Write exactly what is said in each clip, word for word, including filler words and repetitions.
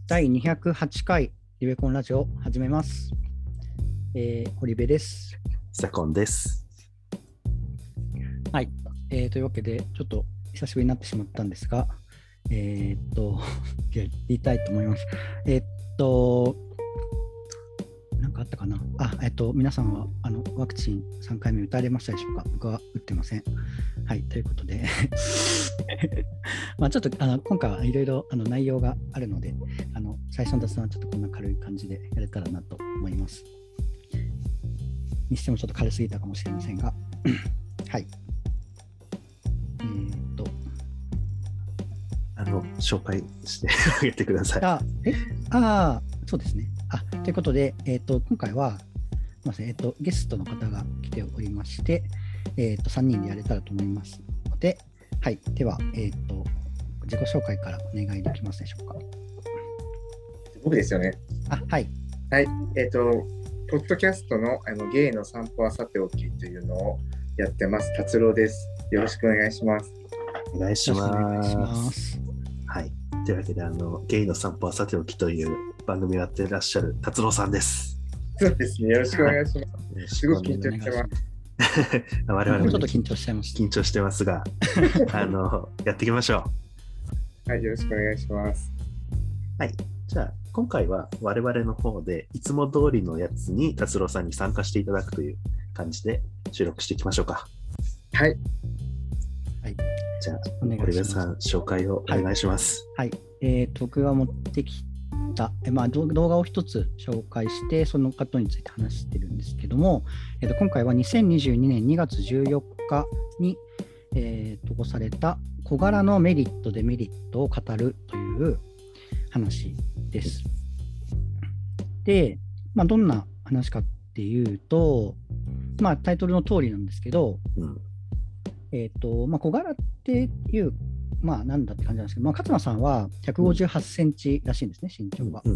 だいにひゃくはちかいリベコンラジオを始めます。えー、堀部です。 セコンです。 はい、えー、というわけでちょっと久しぶりになってしまったんですが、えー、っとやりたいと思います。えー、っとなんかあったかなあ、えー、っと皆さんはあのワクチンさんかいめ打たれましたでしょうか。僕は打ってません。はい、ということでまあちょっとあの今回はいろいろあの内容があるので、あの最初の雑談はちょっとこんな軽い感じでやれたらなと思います。にしてもちょっと軽すぎたかもしれませんがはい。えー、っとあの紹介してあげてください。 あえあそうですね。あということで、えー、っと今回はすみません、えー、っとゲストの方が来ておりまして、えー、っとさんにんでやれたらと思いますので、はい、では、えー、っと自己紹介からお願いできますでしょうか。 僕ですよね。 あ、はい。 はい、えっ、ー、と、ポッドキャストのあのゲイの散歩はさておきというのをやってます。達郎です。よろしくお願いします。 お願いします。 お願いします。 はい。というわけで、あのゲイの散歩はさておきという番組をやっていらっしゃる達郎さんです。 そうですね。よろしくお願いします。はい、すごく緊張してます。 我々もちょっと緊張しちゃいました。 緊張してますが、あのやっていきましょう。はい、よろしくお願いします。 はい。じゃあ今回は我々の方でいつも通りのやつに達郎さんに参加していただくという感じで収録していきましょうか。 はい。 はい。 じゃあ堀部さん紹介をお願いします。 はい。はい、えー、僕が持ってきたえ、まあ、動画を一つ紹介してそのことについて話してるんですけども、えー、と今回はにせんにじゅうにねんにがつじゅうよっかに、えー、投稿された小柄のメリットデメリットを語るという話です。で、まあ、どんな話かっていうと、まあ、タイトルの通りなんですけど、うん、えっと、まあ、小柄っていう、まあ、なんだって感じなんですけど、まあ、勝間さんはひゃくごじゅうはちセンチらしいんですね、身長が。うん、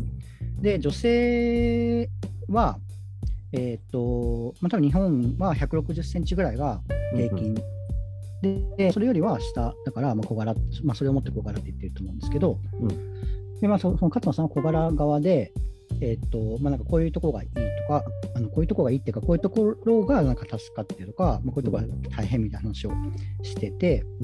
で、女性は、えっと、まあ、多分日本はひゃくろくじゅっセンチぐらいが平均。うんうん、で、それよりは下だから、まあ、小柄、まあ、それをもって小柄って言ってると思うんですけど、うんでまあ、その勝間さんは小柄側で、えーとまあ、なんかこういうところがいいとか、あのこういうところがいいっていうか、こういうところがなんか助かってるとか、まあ、こういうところが大変みたいな話をしてて、うん、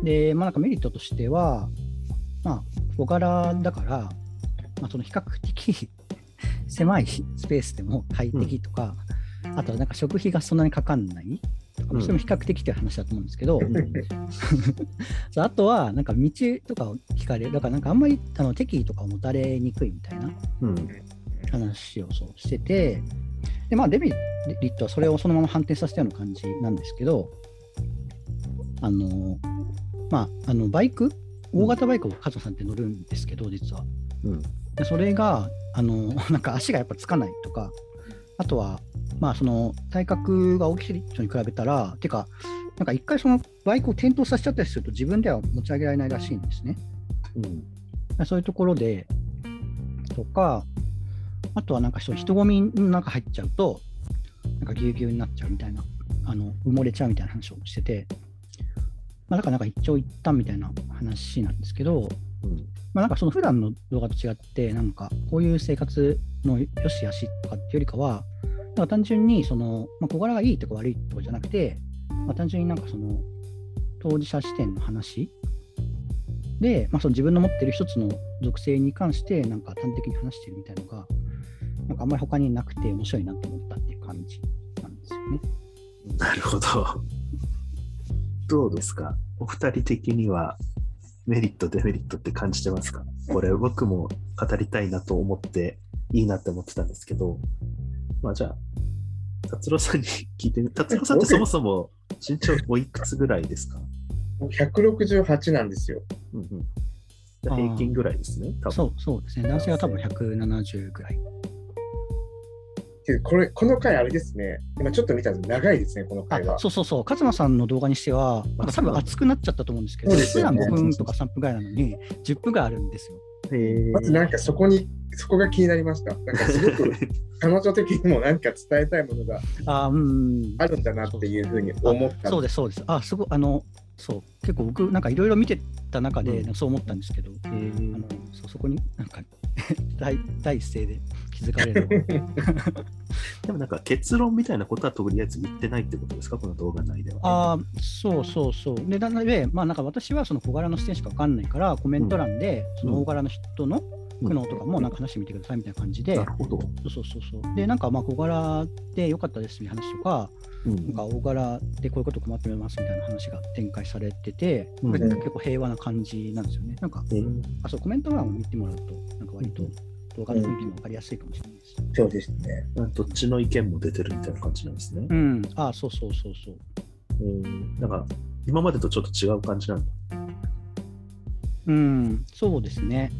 で、まあ、なんかメリットとしては、まあ、小柄だから、まあ、その比較的狭いスペースでも快適とか、うん、あとはなんか食費がそんなにかかんないそれも比較的という話だと思うんですけど、うん、あとはなんか道とかを聞かれる、だからなんかあんまりあの敵意とかを持たれにくいみたいな話をそうしてて、でまあデメリットはそれをそのまま反転させたような感じなんですけど、あのまああのバイク、大型バイクを勝間さんって乗るんですけど実は、うん、でそれがあのなんか足がやっぱつかないとか、あとはまあ、その体格が大きい人に比べたら、てか、なんか一回そのバイクを転倒させちゃったりすると自分では持ち上げられないらしいんですね。うん、そういうところで、とか、あとはなんか人混みの中入っちゃうと、なんかぎゅうぎゅうになっちゃうみたいな、あの埋もれちゃうみたいな話をしてて、まあ、だからなんか一長一短みたいな話なんですけど、うんまあ、なんかその普段の動画と違って、なんかこういう生活の良し悪しとかっていうよりかは、だから単純にその、まあ、小柄がいいとか悪いとかじゃなくて、まあ、単純になんかその当事者視点の話で、まあ、その自分の持っている一つの属性に関してなんか端的に話しているみたいなのがなんかあんまり他になくて面白いなと思ったっていう感じなんですよね。 なるほど。どうですか、お二人的にはメリットデメリットって感じてますか？これ僕も語りたいなと思っていいなって思ってたんですけど、まあじゃあ達郎さんに聞いてみる。達郎さんってそもそも身長おいくつぐらいですか？ ひゃくろくじゅうはちなんですよ。 うんうん、じゃあ平均ぐらいですね。多分そうそうですね。男性は多分ひゃくななじゅうぐらい。 これこの回あれですね。今ちょっと見たんです長いですねこの回は。 そうそうそう。勝間さんの動画にしてはなんか多分熱くなっちゃったと思うんですけど、普段ごふんとかさんぷんぐらいなのにじゅっぷんぐらいあるんですよ。 まずなんかそこにそこが気になりました。なんかすごく彼女的にもなんか伝えたいものがあるんだなっていうふうに思った。 そうですそうです。あすごいあのそう結構僕なんかいろいろ見てた中で、 うんそう思ったんですけど、 えーあの そ, そこになんか第第一声で気づかれるでもなんか結論みたいなことはとりあえず言ってないってことですか、この動画内では。 ああ、そうそうそう。で、なので、まあなんか私はその小柄の視点しかわかんないから、コメント欄で、その大柄の人の苦悩とかもなんか話してみてくださいみたいな感じで、 なるほど。 そうそうそうそう。で、なんかまあ小柄で良かったですみたいな話とか、 うんなんか大柄でこういうこと困ってますみたいな話が展開されてて、 うん結構平和な感じなんですよね。なんか、 えーあ、そう、コメント欄を見てもらうと、なんか割と動画の雰囲気も分かりやすいかもしれないです。 そうですね。 どっちの意見も出てるみたいな感じなんですね。 うん、あ、そうそうそうそう。 えーなんか今までとちょっと違う感じなんだ。 うん、そうですね。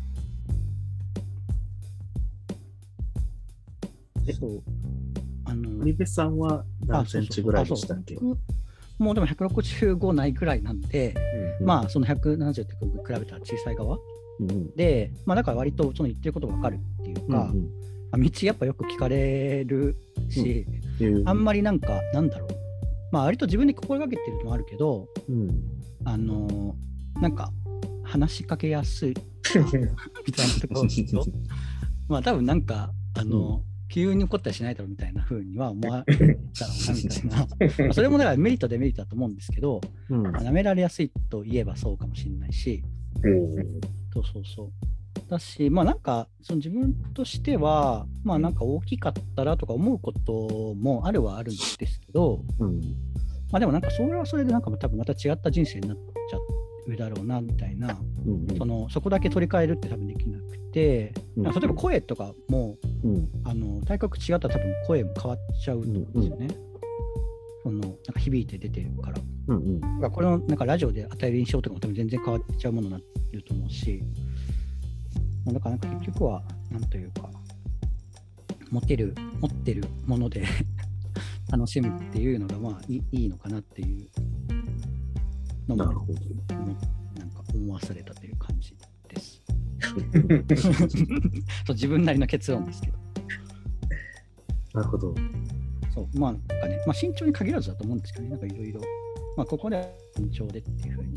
えそう。あの、 堀部さんは何センチぐらいでしたっけ？ あそうそうあそう僕もうでもひゃくろくじゅうごないくらいなんで、 うんまあそのひゃくななじゅうって比べたら小さい側うんうんで、まあだから割とその言ってること分かるっていうか、 うんまあ道やっぱよく聞かれるし、 うんえーあんまりなんかなんだろう、まあ割と自分で心がけてるのもあるけど、 うんあのなんか話しかけやすいみたいなところとまあ多分なんかあの、 うん急に怒ったりしないだろうみたいな風には思われたろうなみたいなまあそれもだからメリットデメリットだと思うんですけど、 うんまあ、舐められやすいと言えばそうかもしれないし、 うんそうそうそうだし、まあなんかその自分としてはまあなんか大きかったらとか思うこともあるはあるんですけど、 うんまあでもなんかそれはそれでなんか多分また違った人生になっちゃうだろうなみたいな、 うんうんそのそこだけ取り替えるって多分できなくて、 うんなんか例えば声とかもうんあの体格違ったら多分声も変わっちゃうと思うんですよね。そのなんか響いて出てるから。 うんうんだからこれのなんかラジオで与える印象とかも多分全然変わっちゃうものになってると思うし、まあだからなんか結局はなんというか持てる持ってるもので楽しむっていうのがまあいいいいのかなっていうのもなるほど。 思なんか思わされたという感じです。そう自分なりの結論ですけど。 なるほど。 そうまあなんかね、まあ、身長に限らずだと思うんですけどね、なんかいろいろ、まあここでは身長でっていうふうに。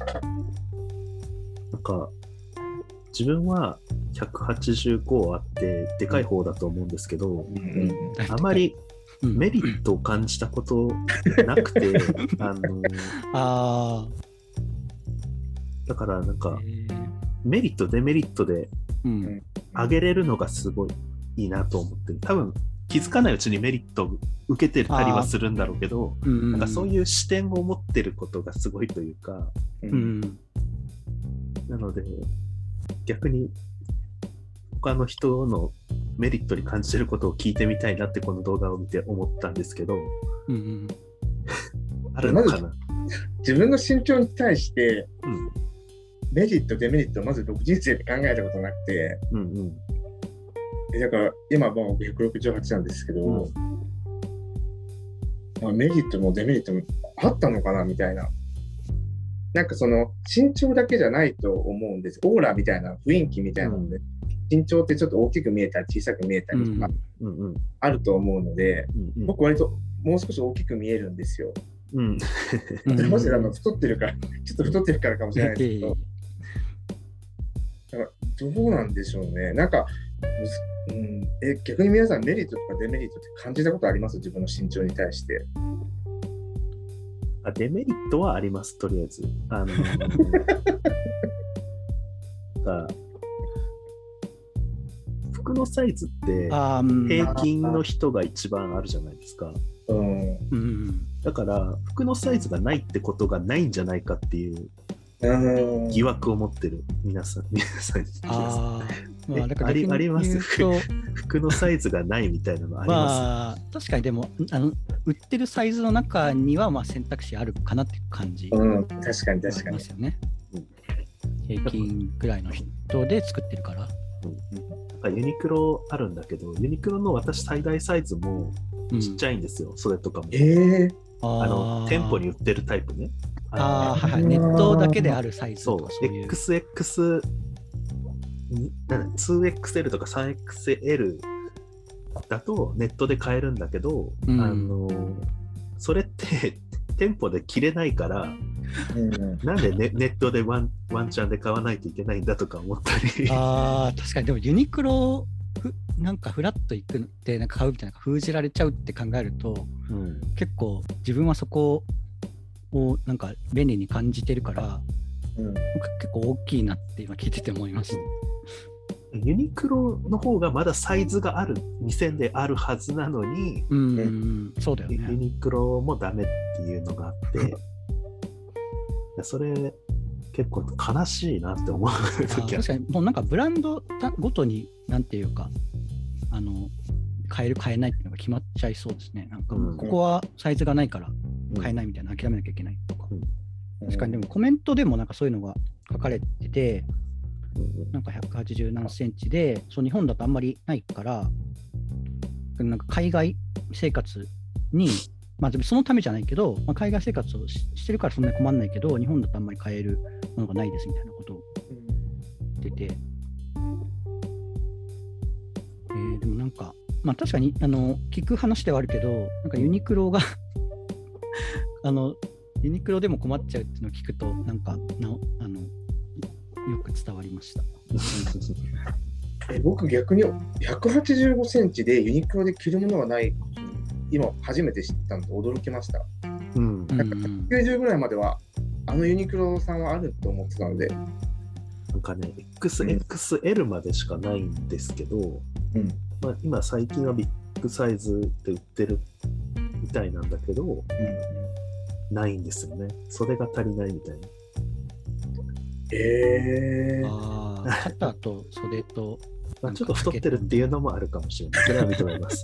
なんか自分はひゃくはちじゅうごあってでかい方だと思うんですけど、 うんあまりうんメリットを感じたことなくて、あのあだからなんあ、 かえーメリットデメリットでうん上げれるのがすごいいいなと思ってる。多分気づかないうちにメリットを受けてたりはするんだろうけど、 うんうん、 なんかそういう視点を持ってることがすごいというか、 ううんんなので逆に他の人のメリットに感じてることを聞いてみたいなってこの動画を見て思ったんですけど、 うんうんあるのかな。 自分の身長に対してうんメリットデメリットをまず僕人生で考えたことなくて、 うんうんだから今もうひゃくろくじゅうはちなんですけど、 うんまあ、メリットもデメリットもあったのかなみたいな。なんかその身長だけじゃないと思うんです。オーラみたいな雰囲気みたいなので、身長ってちょっと大きく見えたり小さく見えたりとかうんうんあると思うので、 うん僕割ともう少し大きく見えるんですよ。 うんうんもしあの太ってるから、ちょっと太ってるからかもしれないですけど、だからどうなんでしょうね。なんか、むずうん、え逆に皆さんメリットとかデメリットって感じたことあります？自分の身長に対して。 あデメリットはあります、とりあえず。あのが服のサイズってあーうん平均の人が一番あるじゃないですか。 うんうんだから服のサイズがないってことがないんじゃないかっていううん疑惑を持ってる皆さん皆さんにあーまあだからあり逆にあります言うと服のサイズがないみたいなのありままあ確かにでもあの売ってるサイズの中にはまあ選択肢あるかなっていう感じうん、確かにあり確かに。 ますよねうん。 平均ぐらいの人で作ってるから。 す。なんかユニクロあるんだけどユニクロの私最大サイズもちっちゃい。 ゃいんですよ、それとかも。 えー、 あの店舗に売売ってるタイプね。 あー、 あはいはい。ネットだけであるサイズそうとかそういう。 エックスエックス なんだ ツーエックスエル とか スリーエックスエル だとネットで買えるんだけど、 うんあのそれって店舗で着れないからうん、 なんで、ね、ネットでワンワンチャンで買わないといけないんだとか思ったり。 ああ、確かに。でもユニクロふなんかフラッと行くのってなんか買うみたいな封じられちゃうって考えると、 うん、 結構自分はそこをなんか便利に感じてるから、うん、結構大きいなって今聞いてて思いました。 ユニクロの方がまだサイズがある店であるはずなのに、 うんうん、そうだよね。 ユニクロもダメっていうのがあってそれ結構悲しいなって思う時は。 確かにもうなんかブランドごとになんていうかあの買える買えないっていうのが決まっちゃいそうですね。なんかここはサイズがないから買えないみたいな、諦めなきゃいけないとか、うん、確かに。でもコメントでもなんかそういうのが書かれてて、なんかひゃくはちじゅうななセンチで、そう日本だとあんまりないから、なんか海外生活に、まあ、そのためじゃないけど、まあ、海外生活を し, してるからそんなに困らないけど、日本だとあんまり買えるものがないですみたいなことを言ってて、えー、でもなんか、まあ、確かにあの聞く話ではあるけど、なんかユニクロがあのユニクロでも困っちゃうっていうのを聞くと、なんかなあのよく伝わりましたえ僕逆にひゃくはちじゅうごセンチでユニクロで着るものがないことに今初めて知ったので驚きました、うん、なんかひゃくきゅうじゅうぐらいまではあのユニクロさんはあると思ってたので、 なんかね エックスエックスエル までしかないんですけど、うんまあ、今最近はビッグサイズで売ってるみたいなんだけど、うん、ないんですよね。それが足りないみたいな。 えー、 あ肩と袖とまあちょっと太ってるっていうのもあるかもしれない。それは認めます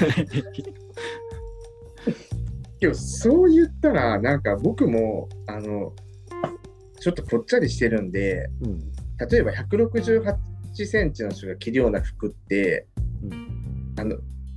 でもそう言ったらなんか僕もあのちょっとぽっちゃりしてるんで、うん、例えばひゃくろくじゅうはちセンチの人が着るような服って、うん、あの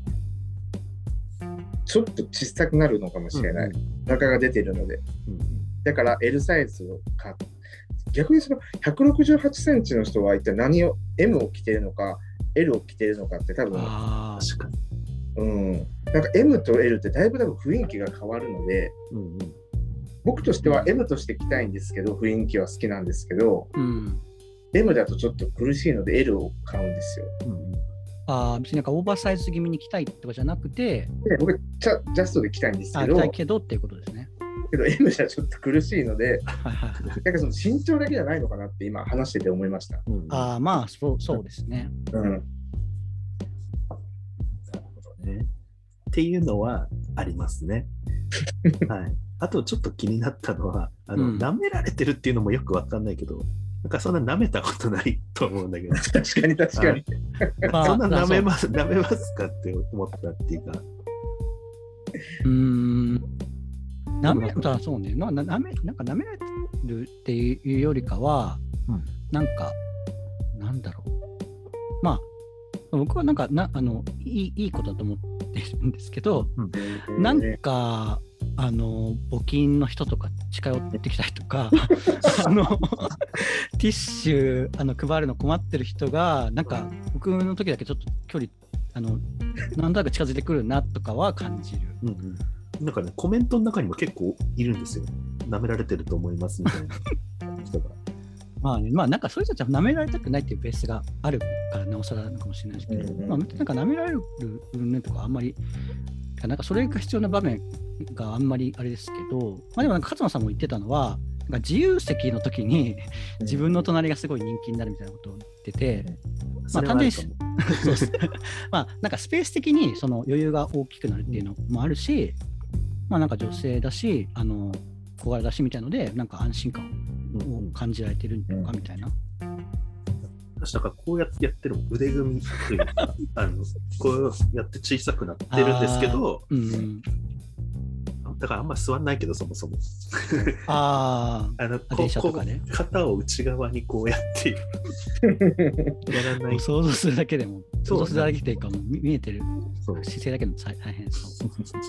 ちょっと小さくなるのかもしれない、うんうん、お腹が出てるので、うん、だから エル サイズを買って、逆にそのひゃくろくじゅうはちセンチの人は一体何を エム を着てるのか エル を着てるのかって多分あ確かに、 うん、なんか エム と エル ってだいぶ多分雰囲気が変わるので、うんうん、僕としては エム として着たいんですけど、雰囲気は好きなんですけど、うん、エム だとちょっと苦しいので エル を買うんですよ、うん、 あ別になんかオーバーサイズ気味に着たいとかじゃなくて、 で僕ジャ、ジャストで着たいんですけど、 着たいけどっていうことですね。 けど エム じゃちょっと苦しいのでなんかその身長だけじゃないのかなって今話してて思いました、 うん、ああまあそうそうですね、うん、なるほどねっていうのはありますねはい。あとちょっと気になったのはあの、うん、舐められてるっていうのもよくわかんないけど、なんかそんな舐めたことないと思うんだけど確かに確かにそんな舐めます舐めますかって思ったっていうか、 うーんなめたそうね、まあ、なめなんか舐められてるっていうよりかは、うん、なんかなんだろう、まあ僕はなんかなあのいいいいことだと思ってるんですけど、うん、なんかあの募金の人とか近寄ってきたりとかあのティッシュあの配るの困ってる人がなんか僕の時だけちょっと距離あのなんとなく近づいてくるなとかは感じる。うんうんなんかね、コメントの中にも結構いるんですよ。舐められてると思いますみたいな人が。 まあね、まあなんかそういう人たちは舐められたくないっていうベースがあるからなおさらなのかもしれないですけど、うんうんまあ、なんか舐められる云々とかあんまり、なんかそれが必要な場面があんまりあれですけど、まあでもなんか勝間さんも言ってたのは、なんか自由席の時に自分の隣がすごい人気になるみたいなことを言ってて、うん、まあ単純にそうですまあなんかスペース的にその余裕が大きくなるっていうのもあるし、まあなんか女性だし、あの小柄だしみたいなので、なんか安心感を感じられてるのかみたいな。 私なんかこうやってやってる腕組みというか、あのこうやって小さくなってるんですけど、うん、だからあんま座んないけどそもそも。 ああ、 あのこう、こう肩を内側にこうやってやらない。 想像するだけでも、想像するだけでかも見えてる姿勢だけでも大変そう。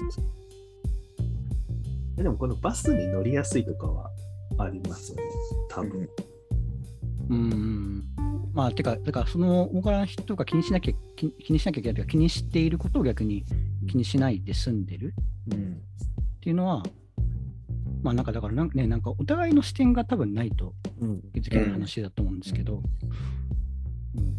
でもこのバスに乗りやすいとかはありますよね、多分。 うん。うんまあ、てか、だからその大柄な人が気にしなきゃ気、気にしなきゃいけないというか、気にしていることを逆に気にしないで済んでる、うん、っていうのは、 まあなんかだからなんかね、なんかお互いの視点が多分ないと気づけない話だと思うんですけど、うんうん、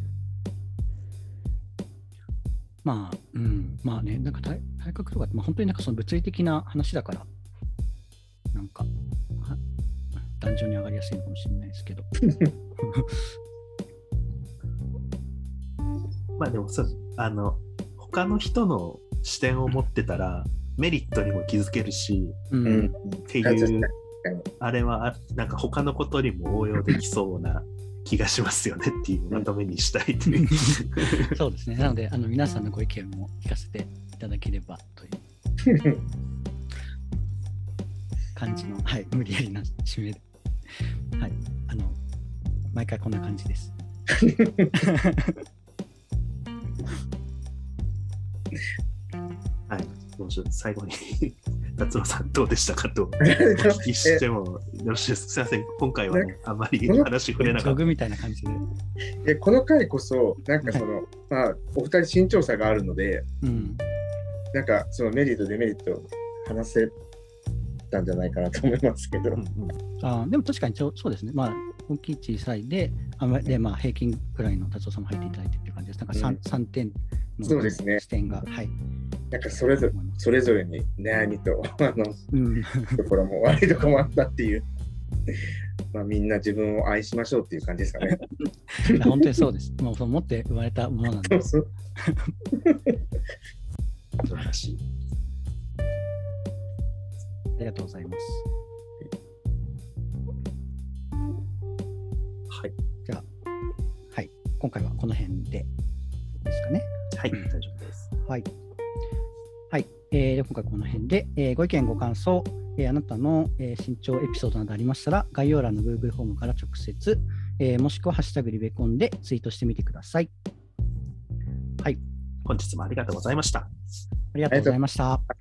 まあ、うん、まあね、なんか体体格とかって、まあ、本当になんかその物理的な話だから、なんか、壇上に上がりやすいのかもしれないですけど。 まあでもそう、あの、他の人の視点を持ってたら、メリットにも気づけるし、うん、っていう、あれは、なんか他のことにも応用できそうな気がしますよねっていうまとめにしたいという。 そうですね。なので、あの皆さんのご意見も聞かせていただければという感じの、はい、無理やりな締めで。はい、あの、毎回こんな感じです。 はい、もうちょっと最後に達郎さんどうでしたかとお聞きしてもよろしいですか。すみません、今回は、ね、あんまり話触れなかった。 ジョグみたいな感じで。 えこの回こそなんかその、はい、まあお二人身長差があるので、うん、なんかそのメリットデメリット話せたんじゃないかなと思いますけど。うんうん、 あでも確かにちょそうですね。まあ大きい小さいで、あでまあ平均くらいの達郎さんも入っていただいてっていう感じです。なんか 3,、うん、さんてんの視点が、はい。 なんかそれぞれそれぞれに悩みとあの、うん、ところも悪いところもあったっていう、まあみんな自分を愛しましょうっていう感じですかね。 本当にそうです。もうそう持って生まれたものなんで。そうそう素晴らしい。 ありがとうございます。 はい。 じゃあ、はい。今回はこの辺でですかね。 はい、大丈夫です。 はい。はい。えー、今回この辺で、えー、ご意見、ご感想、えー、あなたの、えー、身長エピソードなどありましたら、概要欄の Google フォームから直接、えー、もしくはハッシュタグリベコンでツイートしてみてください。はい。 本日もありがとうございました。ありがとうございました。